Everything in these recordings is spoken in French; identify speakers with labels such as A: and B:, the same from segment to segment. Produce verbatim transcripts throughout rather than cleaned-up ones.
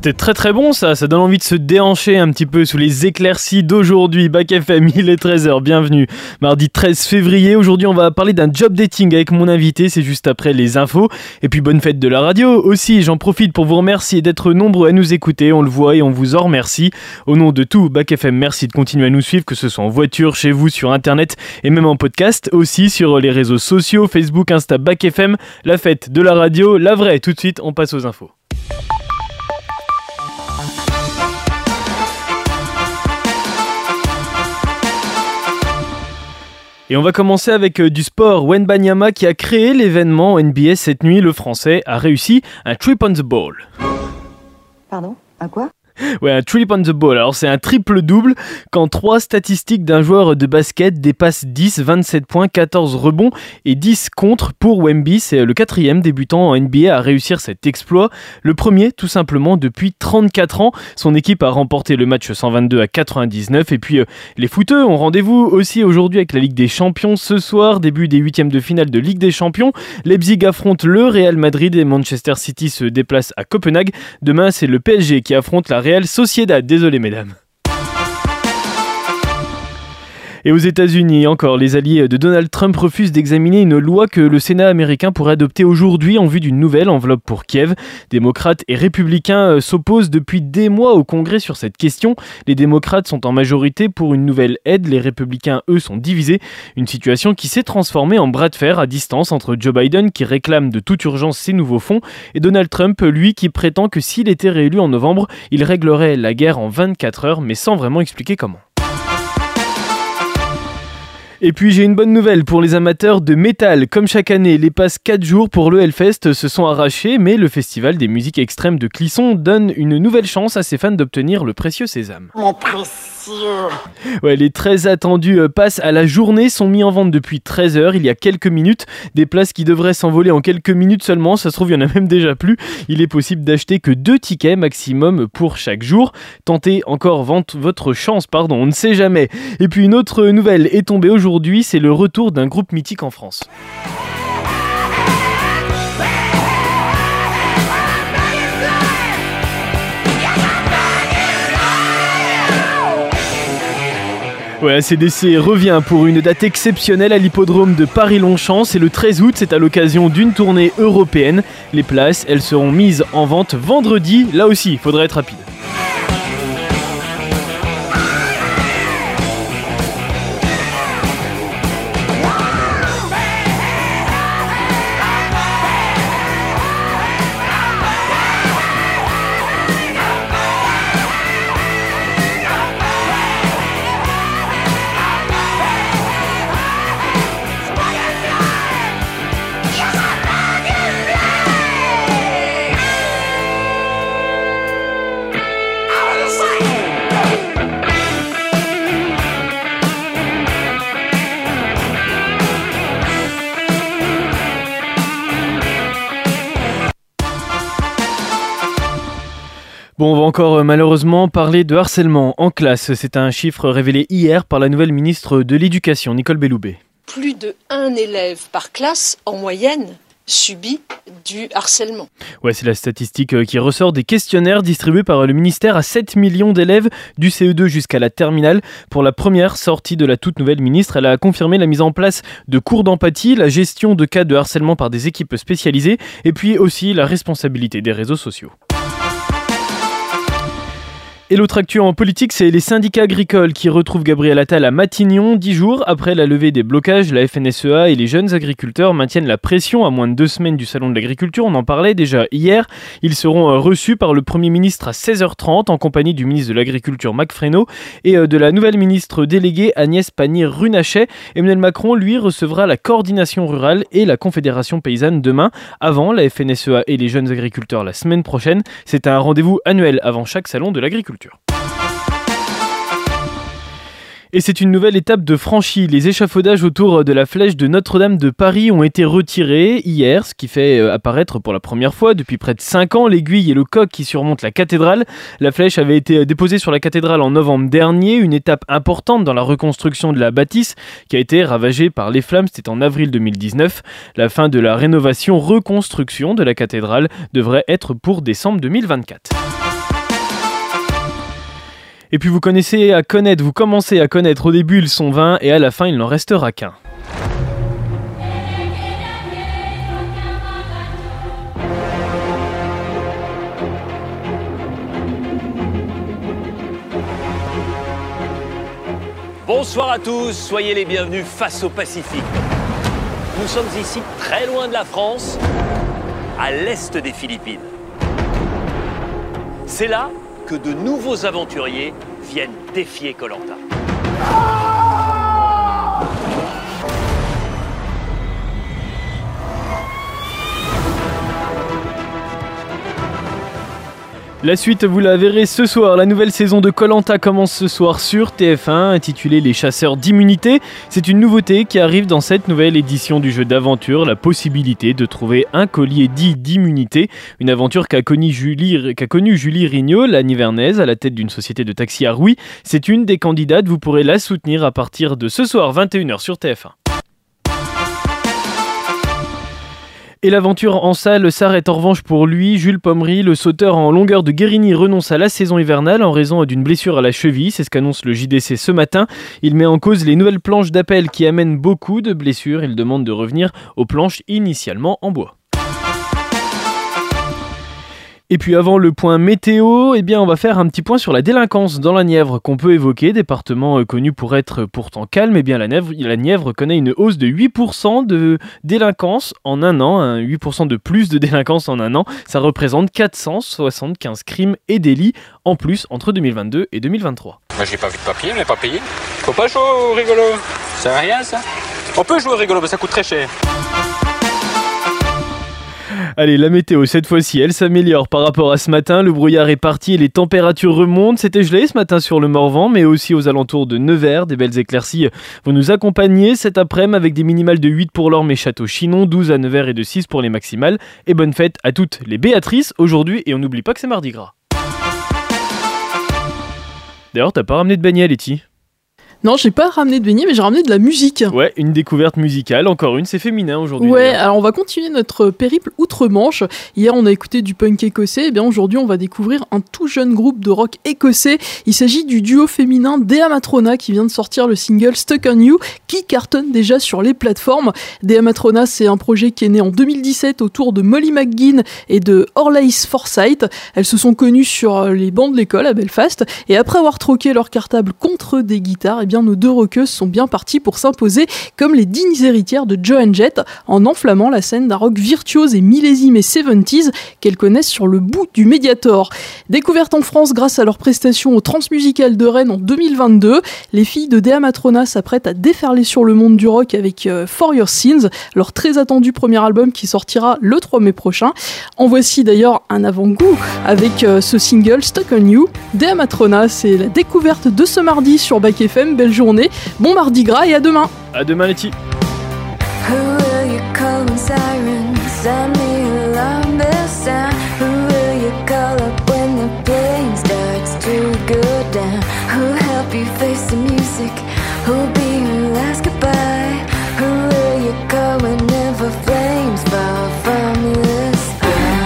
A: C'était très très bon ça, ça donne envie de se déhancher un petit peu sous les éclaircies d'aujourd'hui. Bac F M, il est treize heures, bienvenue. Mardi treize février, aujourd'hui on va parler d'un job dating avec mon invité, c'est juste après les infos. Et puis bonne fête de la radio aussi, j'en profite pour vous remercier d'être nombreux à nous écouter, on le voit et on vous en remercie. Au nom de tout Bac F M, merci de continuer à nous suivre, que ce soit en voiture, chez vous, sur internet et même en podcast, aussi sur les réseaux sociaux, Facebook, Insta, Bac F M, la fête de la radio, la vraie. Tout de suite, on passe aux infos. Et on va commencer avec euh, du sport. Wembanyama qui a créé l'événement N B A cette nuit, le Français a réussi un trip on the ball.
B: Pardon ? Un quoi ?
A: Ouais, un trip on the ball. Alors c'est un triple-double quand trois statistiques d'un joueur de basket dépassent dix, vingt-sept points, quatorze rebonds et dix contres pour Wemby. C'est le quatrième débutant en N B A à réussir cet exploit. Le premier, tout simplement, depuis trente-quatre ans. Son équipe a remporté le match cent vingt-deux à quatre-vingt-dix-neuf. Et puis euh, les footeux ont rendez-vous aussi aujourd'hui avec la Ligue des Champions. Ce soir, début des huitièmes de finale de Ligue des Champions. Leipzig affronte le Real Madrid et Manchester City se déplace à Copenhague. Demain, c'est le P S G qui affronte la Real Sociedad. Désolé mesdames. Et aux États-Unis, encore, les alliés de Donald Trump refusent d'examiner une loi que le Sénat américain pourrait adopter aujourd'hui en vue d'une nouvelle enveloppe pour Kiev. Démocrates et républicains s'opposent depuis des mois au Congrès sur cette question. Les démocrates sont en majorité pour une nouvelle aide, les républicains, eux, sont divisés. Une situation qui s'est transformée en bras de fer à distance entre Joe Biden, qui réclame de toute urgence ces nouveaux fonds, et Donald Trump, lui, qui prétend que s'il était réélu en novembre, il réglerait la guerre en vingt-quatre heures, mais sans vraiment expliquer comment. Et puis j'ai une bonne nouvelle pour les amateurs de métal. Comme chaque année, les passes quatre jours pour le Hellfest se sont arrachés, mais le festival des musiques extrêmes de Clisson donne une nouvelle chance à ses fans d'obtenir le précieux sésame.
B: Mon précieux.
A: Ouais, les très attendus passes à la journée sont mis en vente depuis treize heures, il y a quelques minutes. Des places qui devraient s'envoler en quelques minutes seulement, ça se trouve il y en a même déjà plus. Il est possible d'acheter que deux tickets maximum pour chaque jour. Tentez encore vente votre chance, pardon, on ne sait jamais. Et puis une autre nouvelle est tombée aujourd'hui. Aujourd'hui, c'est le retour d'un groupe mythique en France. Ouais, A C D C revient pour une date exceptionnelle à l'hippodrome de Paris-Longchamp. C'est le treize août, c'est à l'occasion d'une tournée européenne. Les places, elles seront mises en vente vendredi. Là aussi, il faudra être rapide. Bon, on va encore euh, malheureusement parler de harcèlement en classe. C'est un chiffre révélé hier par la nouvelle ministre de l'Éducation, Nicole Belloubet.
C: Plus de un élève par classe, en moyenne, subit du harcèlement.
A: Ouais, c'est la statistique qui ressort des questionnaires distribués par le ministère à sept millions d'élèves du C E deux jusqu'à la terminale. Pour la première sortie de la toute nouvelle ministre, elle a confirmé la mise en place de cours d'empathie, la gestion de cas de harcèlement par des équipes spécialisées et puis aussi la responsabilité des réseaux sociaux. Et l'autre actu en politique, c'est les syndicats agricoles qui retrouvent Gabriel Attal à Matignon. Dix jours après la levée des blocages, la F N S E A et les jeunes agriculteurs maintiennent la pression à moins de deux semaines du salon de l'agriculture. On en parlait déjà hier. Ils seront reçus par le Premier ministre à seize heures trente en compagnie du ministre de l'Agriculture Marc Fesneau et de la nouvelle ministre déléguée Agnès Pannier-Runacher. Emmanuel Macron, lui, recevra la coordination rurale et la Confédération paysanne demain. Avant, la F N S E A et les jeunes agriculteurs la semaine prochaine. C'est un rendez-vous annuel avant chaque salon de l'agriculture. Et c'est une nouvelle étape de franchie. Les échafaudages autour de la flèche de Notre-Dame de Paris ont été retirés hier, ce qui fait apparaître pour la première fois depuis près de cinq ans l'aiguille et le coq qui surmontent la cathédrale. La flèche avait été déposée sur la cathédrale en novembre dernier, une étape importante dans la reconstruction de la bâtisse qui a été ravagée par les flammes, c'était en avril deux mille dix-neuf. La fin de la rénovation-reconstruction de la cathédrale devrait être pour décembre deux mille vingt-quatre. Et puis vous connaissez à connaître, vous commencez à connaître, au début ils sont vingt et à la fin il n'en restera qu'un.
D: Bonsoir à tous, soyez les bienvenus face au Pacifique. Nous sommes ici très loin de la France, à l'est des Philippines. C'est là que de nouveaux aventuriers viennent défier Koh-Lanta.
A: La suite, vous la verrez ce soir. La nouvelle saison de Koh-Lanta commence ce soir sur T F un, intitulée Les chasseurs d'immunité. C'est une nouveauté qui arrive dans cette nouvelle édition du jeu d'aventure, la possibilité de trouver un collier dit d'immunité. Une aventure qu'a connue Julie, qu'a connue Julie Rignot, la Nivernaise, à la tête d'une société de taxi à Rouy. C'est une des candidates, vous pourrez la soutenir à partir de ce soir, vingt et une heures sur T F un. Et l'aventure en salle s'arrête en revanche pour lui. Jules Pommery, le sauteur en longueur de Guérini, renonce à la saison hivernale en raison d'une blessure à la cheville. C'est ce qu'annonce le J D C ce matin. Il met en cause les nouvelles planches d'appel qui amènent beaucoup de blessures. Il demande de revenir aux planches initialement en bois. Et puis avant le point météo, eh bien on va faire un petit point sur la délinquance dans la Nièvre qu'on peut évoquer. Département connu pour être pourtant calme, eh bien la Nièvre, la Nièvre connaît une hausse de huit pour cent de délinquance en un an, hein, huit pour cent de plus de délinquance en un an. Ça représente quatre cent soixante-quinze crimes et délits en plus entre deux mille vingt-deux et deux mille vingt-trois.
E: Moi j'ai pas vu de papier, on n'est pas payé. Faut pas jouer au rigolo, ça sert à rien ça. On peut jouer au rigolo mais ça coûte très cher.
A: Allez, la météo, cette fois-ci, elle s'améliore par rapport à ce matin. Le brouillard est parti et les températures remontent. C'était gelé ce matin sur le Morvan, mais aussi aux alentours de Nevers. Des belles éclaircies vont nous accompagner cet après-midi avec des minimales de huit pour l'Orme et Château-Chinon, douze à Nevers et de six pour les maximales. Et bonne fête à toutes les Béatrices aujourd'hui. Et on n'oublie pas que c'est Mardi Gras. D'ailleurs, t'as pas ramené de beignet, Letty ?
F: Non, j'ai pas ramené de beignets, mais j'ai ramené de la musique.
A: Ouais, une découverte musicale, encore une, c'est féminin aujourd'hui.
F: Ouais,
A: d'ailleurs.
F: Alors on va continuer notre périple outre-Manche. Hier, on a écouté du punk écossais, et bien aujourd'hui, on va découvrir un tout jeune groupe de rock écossais. Il s'agit du duo féminin Dea Matrona qui vient de sortir le single Stuck on You, qui cartonne déjà sur les plateformes. Dea Matrona, c'est un projet qui est né en deux mille dix-sept autour de Molly McGuinn et de Orlaith Forsyth. Elles se sont connues sur les bancs de l'école à Belfast, et après avoir troqué leur cartable contre des guitares, et bien nos deux rockeuses sont bien parties pour s'imposer comme les dignes héritières de Joan Jett en enflammant la scène d'un rock virtuose et millésimé soixante-dix qu'elles connaissent sur le bout du Mediator. Découverte en France grâce à leur prestation au Transmusical de Rennes en deux mille vingt-deux, les filles de Dea Matrona s'apprêtent à déferler sur le monde du rock avec euh, For Your Sins, leur très attendu premier album qui sortira le trois mai prochain. En voici d'ailleurs un avant-goût avec euh, ce single Stuck on You. Dea Matrona, c'est la découverte de ce mardi sur Bac F M. Belle journée, bon Mardi Gras et à demain.
A: À demain, Letty.
G: Who will you call when sirens sound the alarm bell sound? Who will you call up when the plane starts to go down? Who'll help you face the music? Who'll be your last goodbye? Who will you call whenever flames fall from the sky?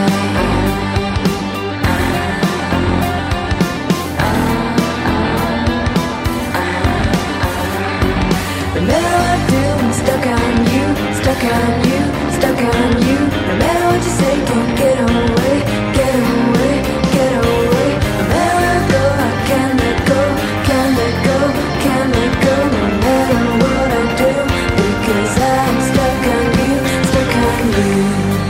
G: No matter what I do, I'm stuck on you, stuck on you, stuck on you. No matter what you say, can't get away, get away, get away. No matter where I go, I can't let go, can't let go, can't let go. No matter what I do, because I'm stuck on you, stuck on you.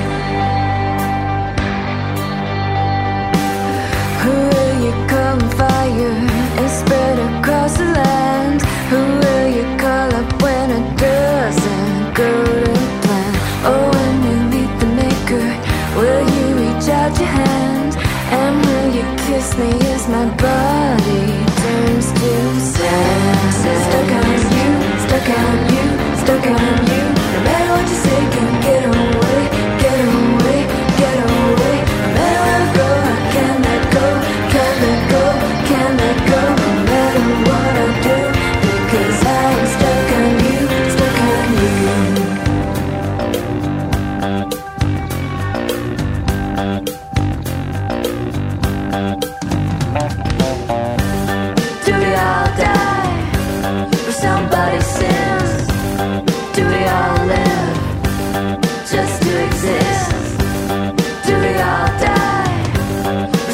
G: Who will you call on fire and spread across the land? Who will you call up when it doesn't go to plan? Oh, when you meet the maker, will you reach out your hand? And will you kiss me as my body turns to sand? Stuck on you, stuck on you, stuck on you. No matter what you say, can't get away, get away, get away. No matter where I go, I can't let go, can't let go, can't let go. No matter what I do, because I'm stuck on you, stuck on you.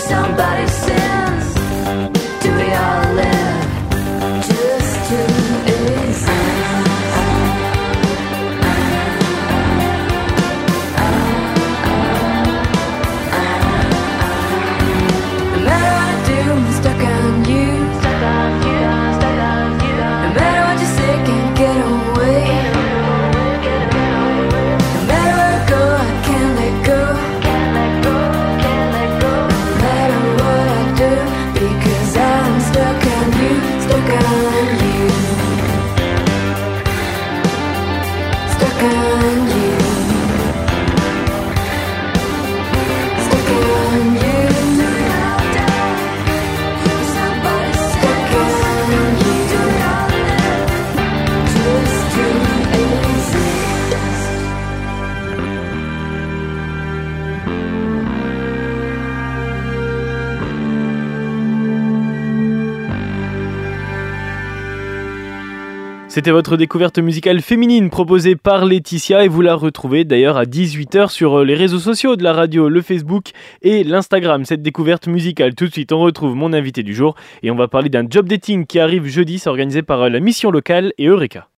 G: somebody's sins? Do we all live just to exist? No matter what I do, I'm stuck on you. Stuck on you, stuck on you. No matter what you say, can't get away. No matter where I go, I can't let go. Can't let go, can't let go. No matter what I do, because I'm stuck on you, stuck on you. Stuck on you. Stuck on you.
A: C'était votre découverte musicale féminine proposée par Laetitia et vous la retrouvez d'ailleurs à dix-huit heures sur les réseaux sociaux de la radio, le Facebook et l'Instagram. Cette découverte musicale, tout de suite on retrouve mon invité du jour et on va parler d'un job dating qui arrive jeudi, c'est organisé par la Mission Locale et Eureka.